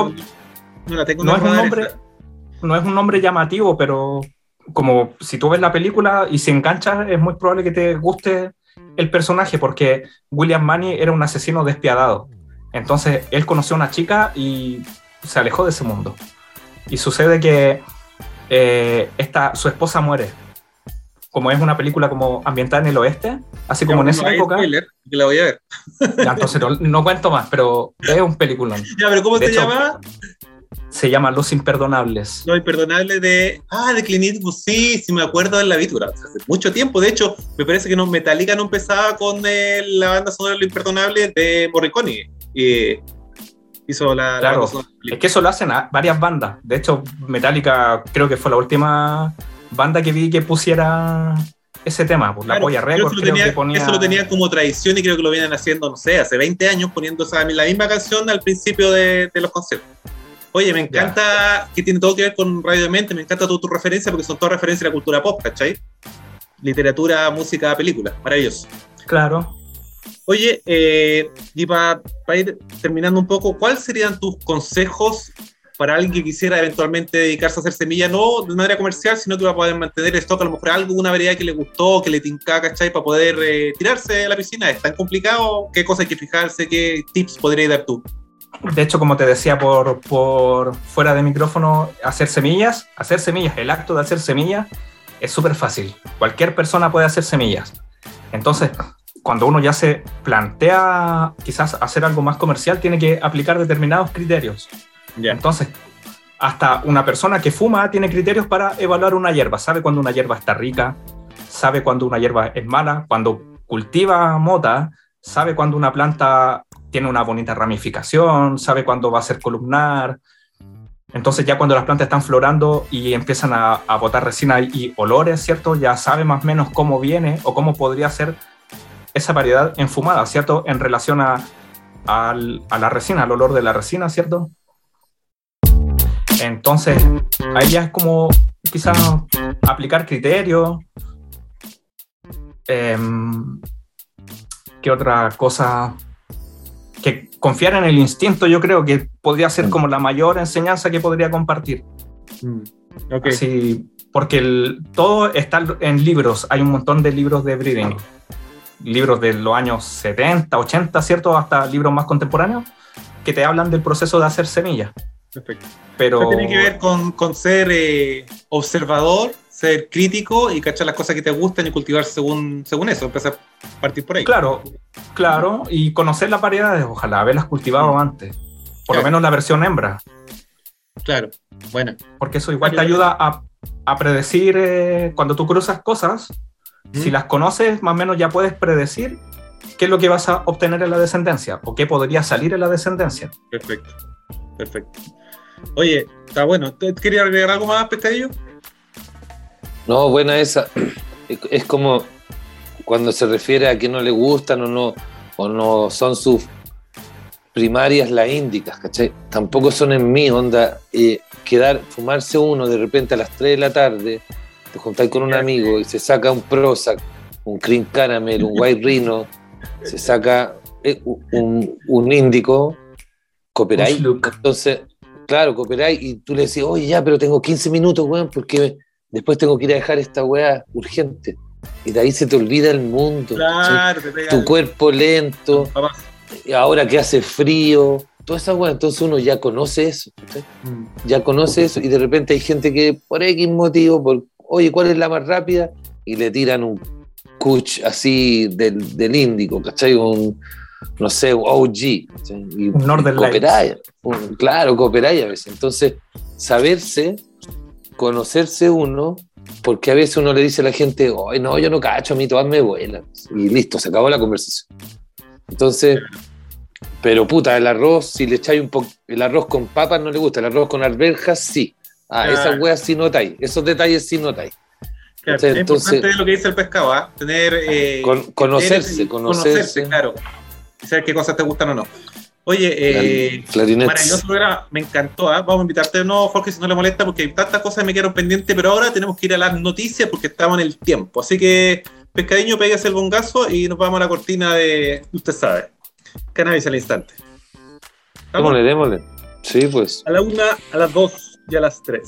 No es un nombre llamativo, pero como si tú ves la película y se enganchas, es muy probable que te guste el personaje, porque William Money era un asesino despiadado. Entonces él conoció a una chica y se alejó de ese mundo. Y sucede que su esposa muere. Como es una película como ambientada en el oeste, así como en esa época. Spoiler, que la voy a ver. Ya, entonces no cuento más, pero es un peliculón. Ya, pero ¿cómo se llama? Se llama Los Imperdonables. Los Imperdonables de Clint Eastwood, sí me acuerdo de la víbora. Hace mucho tiempo, de hecho, me parece que Metallica no empezaba con la banda sonora de Los Imperdonables de Morricone. Hizo la claro, es que eso lo hacen a varias bandas. De hecho, Metallica creo que fue la última banda que vi que pusiera ese tema, pues, claro, la Polla Records eso lo tenían como tradición y creo que lo vienen haciendo, no sé, hace 20 años poniendo la misma canción al principio de los conciertos. Oye, me encanta que tiene todo que ver con Radio Demente, me encanta tu referencia porque son todas referencias a la cultura pop, ¿cachai? Literatura, música, película, maravilloso. Claro. Oye, y para ir terminando un poco, ¿cuáles serían tus consejos para alguien que quisiera eventualmente dedicarse a hacer semillas, no de manera comercial, sino que va a poder mantener el stock, a lo mejor algo, una variedad que le gustó, que le tinca, ¿cachai? Para poder tirarse a la piscina. ¿Es tan complicado? ¿Qué cosas hay que fijarse? ¿Qué tips podrías dar tú? De hecho, como te decía por fuera de micrófono, hacer semillas, el acto de hacer semillas es súper fácil. Cualquier persona puede hacer semillas. Entonces, cuando uno ya se plantea quizás hacer algo más comercial, tiene que aplicar determinados criterios. Yeah. Entonces, hasta una persona que fuma tiene criterios para evaluar una hierba. Sabe cuando una hierba está rica, sabe cuando una hierba es mala, cuando cultiva mota, sabe cuando una planta tiene una bonita ramificación, sabe cuándo va a ser columnar. Entonces ya cuando las plantas están florando y empiezan a botar resina y olores, ¿cierto? Ya sabe más o menos cómo viene o cómo podría ser esa variedad enfumada, ¿cierto? En relación a la resina, al olor de la resina, ¿cierto? Entonces ahí ya es como quizás aplicar criterios. ¿Qué otra cosa? Que confiar en el instinto, yo creo que podría ser como la mayor enseñanza que podría compartir. Okay. Así, porque todo está en libros, hay un montón de libros de breeding, libros de los años 70, 80, ¿cierto? Hasta libros más contemporáneos que te hablan del proceso de hacer semillas. Perfecto. Pero tiene que ver con ser observador, ser crítico y cachar las cosas que te gustan y cultivar según eso, empezar a partir por ahí. Claro, y conocer las variedades, ojalá haberlas cultivado antes, por lo menos la versión hembra. Claro, bueno. Porque eso igual te ayuda a predecir, cuando tú cruzas cosas, si las conoces, más o menos ya puedes predecir qué es lo que vas a obtener en la descendencia, o qué podría salir en la descendencia. Perfecto. Oye, está bueno. ¿Querías agregar algo más, Pescadillo? No, buena esa. Es como cuando se refiere a que no le gustan o no son sus primarias las índicas, ¿cachai? Tampoco son en mí, onda, fumarse uno de repente a las 3 de la tarde, te juntáis con un amigo y se saca un Prozac, un Cream Caramel, un White Rhino, se saca un índico, cooperáis. Entonces, claro, cooperáis y tú le decís, oye, ya, pero tengo 15 minutos, weón, porque después tengo que ir a dejar esta weá urgente. Y de ahí se te olvida el mundo. Claro, tu cuerpo lento. Y ahora que hace frío, toda esa weá. Entonces uno ya conoce eso. Ya conoce eso. Y de repente hay gente que por X motivo, oye, ¿cuál es la más rápida? Y le tiran un Kuch así del índico, ¿cachai? No sé, un OG. ¿cachai? Y un Northern Lights. Claro, cooperáis a veces. Entonces, conocerse uno, porque a veces uno le dice a la gente, ay, no, yo no cacho, a mí todas me vuelan. Y listo, se acabó la conversación. Entonces, pero puta, el arroz, si le echáis el arroz con papas no le gusta, el arroz con arvejas sí. Esas weas sí notáis, esos detalles sí notáis. Claro, es importante lo que dice el pescado, ¿eh? Tener... conocerse, claro. Y saber qué cosas te gustan o no. Oye, maravilloso programa, me encantó, vamos a invitarte de nuevo, Jorge, si no le molesta, porque hay tantas cosas que me quedaron pendientes, pero ahora tenemos que ir a las noticias porque estamos en el tiempo, así que, Pescadiño, pégase el bongazo y nos vamos a la cortina de, usted sabe, Cannabis al instante. Démosle. Sí, pues. A la 1, a las 2 y a las 3.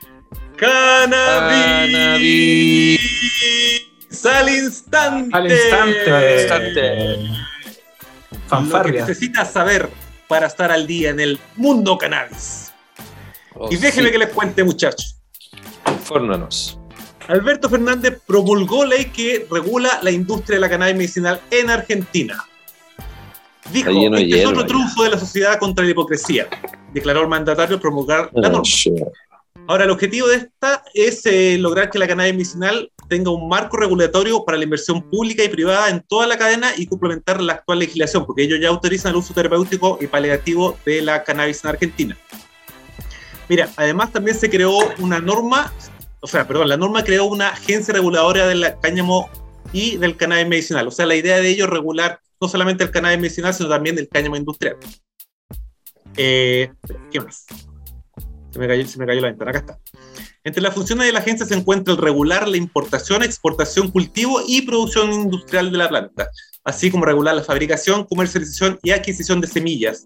¡Cannabis! ¡Al instante! ¡Al instante! Fanfarria. Lo que necesitas saber para estar al día en el mundo cannabis. Y déjenme que les cuente, muchachos. Infórmanos. Alberto Fernández promulgó ley que regula la industria de la cannabis medicinal en Argentina. Dijo, este es otro triunfo de la sociedad contra la hipocresía. Declaró el mandatario promulgar la norma. Ahora, el objetivo de esta es lograr que la cannabis medicinal tenga un marco regulatorio para la inversión pública y privada en toda la cadena y complementar la actual legislación, porque ellos ya autorizan el uso terapéutico y paliativo de la cannabis en Argentina. Mira, además también se creó una norma, la norma creó una agencia reguladora del cáñamo y del cannabis medicinal. O sea, la idea de ellos es regular no solamente el cannabis medicinal, sino también el cáñamo industrial. ¿Qué más? Se me cayó la ventana, acá está. Entre las funciones de la agencia se encuentra el regular la importación, exportación, cultivo y producción industrial de la planta, así como regular la fabricación, comercialización y adquisición de semillas,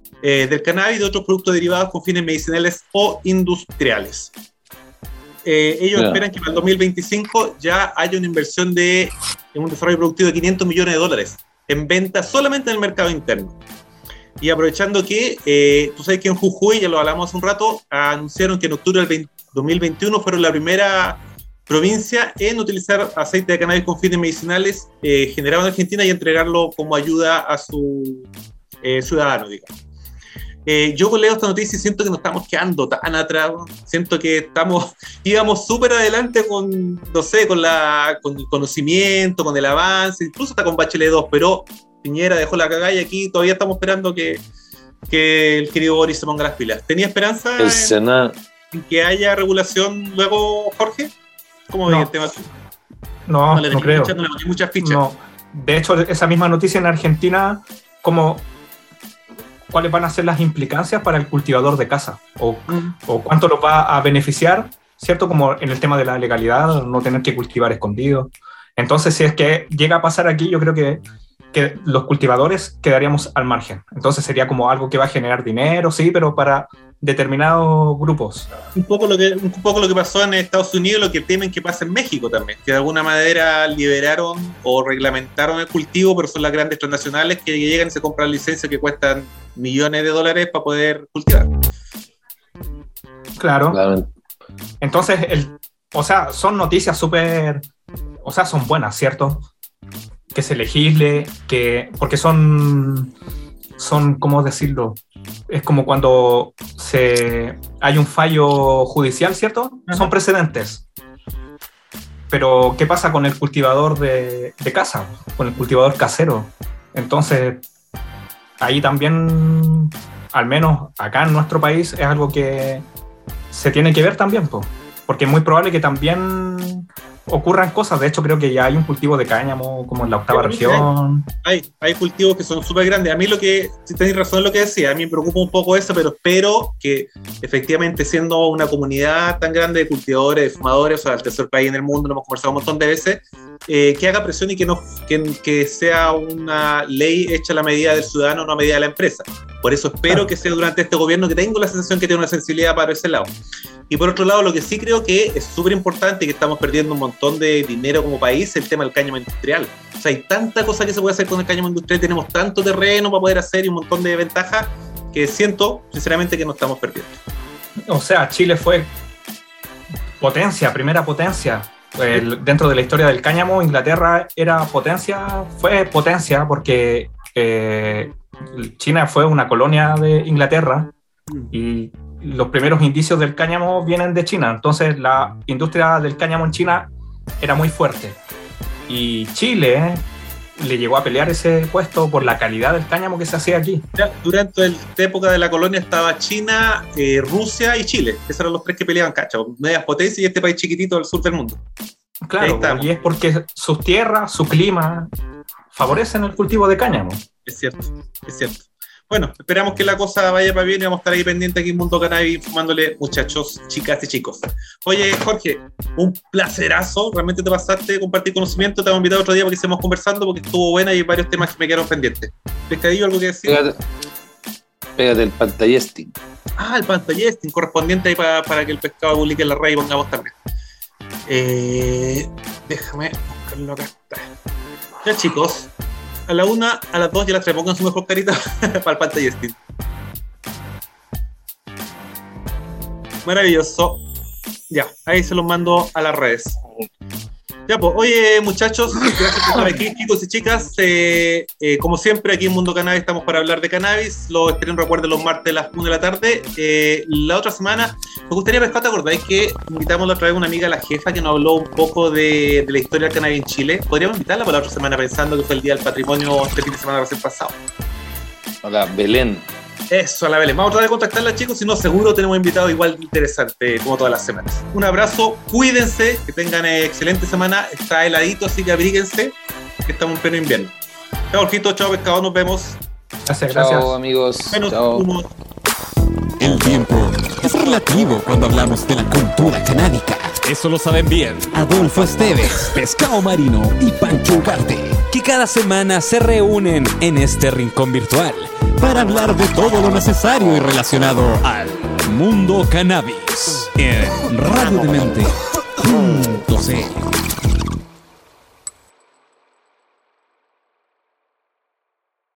del cannabis y de otros productos derivados con fines medicinales o industriales. Ellos esperan que para el 2025 ya haya una inversión en un desarrollo productivo de $500 millones en venta solamente en el mercado interno. Y aprovechando que tú sabes que en Jujuy, ya lo hablamos hace un rato, anunciaron que en octubre del 2021 fueron la primera provincia en utilizar aceite de cannabis con fines medicinales generado en Argentina y entregarlo como ayuda a su ciudadano, digamos. Yo leo esta noticia y siento que nos estamos quedando tan atrás. Siento que íbamos súper adelante con, no sé, con el conocimiento, con el avance, incluso hasta con Bachelet 2, pero Piñera dejó la cagada y aquí todavía estamos esperando que el querido Boris se ponga las pilas. ¿Tenía esperanza en que haya regulación luego, Jorge? ¿Cómo ves el tema? No creo. No le poní muchas fichas. No. De hecho, esa misma noticia en Argentina, ¿cuáles van a ser las implicancias para el cultivador de casa? ¿O cuánto los va a beneficiar? ¿Cierto? Como en el tema de la legalidad, no tener que cultivar escondido. Entonces, si es que llega a pasar aquí, yo creo que los cultivadores quedaríamos al margen. Entonces sería como algo que va a generar dinero, sí, pero para determinados grupos. Un poco lo que pasó en Estados Unidos, lo que temen que pase en México también, que de alguna manera liberaron o reglamentaron el cultivo, pero son las grandes transnacionales que llegan y se compran licencias que cuestan millones de dólares para poder cultivar. Claro. Entonces, son noticias súper, son buenas, ¿cierto? Que se legisle, porque son, ¿cómo decirlo? Es como cuando hay un fallo judicial, ¿cierto? Ajá. Son precedentes. Pero, ¿qué pasa con el cultivador de casa? Con el cultivador casero. Entonces, ahí también, al menos acá en nuestro país, es algo que se tiene que ver también, porque es muy probable que también ocurran cosas. De hecho, creo que ya hay un cultivo de cáñamo como en la 8ª región. Hay cultivos que son súper grandes. A mí si tenéis razón en lo que decía, a mí me preocupa un poco eso, pero espero que efectivamente, siendo una comunidad tan grande de cultivadores, de fumadores, el tercer país en el mundo, lo hemos conversado un montón de veces, que haga presión y que sea una ley hecha a la medida del ciudadano, no a medida de la empresa. Por eso espero que sea durante este gobierno, que tengo la sensación que tiene una sensibilidad para ese lado. Y por otro lado, lo que sí creo que es súper importante y que estamos perdiendo un montón de dinero como país es el tema del cáñamo industrial. O sea, hay tanta cosa que se puede hacer con el cáñamo industrial, tenemos tanto terreno para poder hacer y un montón de ventajas que siento, sinceramente, que nos estamos perdiendo. O sea, Chile fue primera potencia. Dentro de la historia del cáñamo, Inglaterra fue potencia porque China fue una colonia de Inglaterra y los primeros indicios del cáñamo vienen de China. Entonces la industria del cáñamo en China era muy fuerte y Chile le llegó a pelear ese puesto por la calidad del cáñamo que se hacía aquí. Durante la época de la colonia estaba China, Rusia y Chile. Esos eran los tres que peleaban, ¿cachai? Medias potencias y este país chiquitito del sur del mundo. Claro, y es porque sus tierras, su clima favorecen el cultivo de cáñamo. Es cierto. Bueno, esperamos que la cosa vaya para bien y vamos a estar ahí pendientes aquí en Mundo Cannabis informándole, muchachos, chicas y chicos. Oye, Jorge, un placerazo, realmente te pasaste de compartir conocimiento, te hemos invitado otro día para que estemos conversando porque estuvo buena y hay varios temas que me quedaron pendientes. Pescadillo, ¿algo que decir? Pégate el pantallesting. El pantallesting, correspondiente ahí para que el pescado publique en la red y pongamos también. Déjame buscarlo acá. Ya, chicos. A la 1, a las 2 y a las 3 pongan su mejor carita para el pantallesting. Maravilloso. Ya, ahí se los mando a las redes. Ya, pues, oye, muchachos, gracias por estar aquí, chicos y chicas. Como siempre, aquí en Mundo Cannabis estamos para hablar de cannabis. Lo esperen, recuerden, los martes a las 1 de la tarde. La otra semana, me gustaría, Pescado, ¿te acordáis que invitamos la otra vez a una amiga, la jefa, que nos habló un poco de la historia del cannabis en Chile? Podríamos invitarla para la otra semana, pensando que fue el Día del Patrimonio este fin de semana recién pasado. Hola, Belén. Eso, a la Belén. Vamos a tratar de contactarla, chicos, si no, seguro tenemos invitados igual interesante como todas las semanas. Un abrazo, cuídense, que tengan excelente semana. Está heladito, así que abríguense, que estamos en pleno invierno. Chao, Jorgito, chao, Pescado, nos vemos. Gracias. Chao, amigos. Chao. El tiempo es relativo cuando hablamos de la cultura canábica. Eso lo saben bien Adolfo Esteves, Pescado Marino y Pancho Ugarte, que cada semana se reúnen en este rincón virtual para hablar de todo lo necesario y relacionado al mundo cannabis en radiodemente.cl.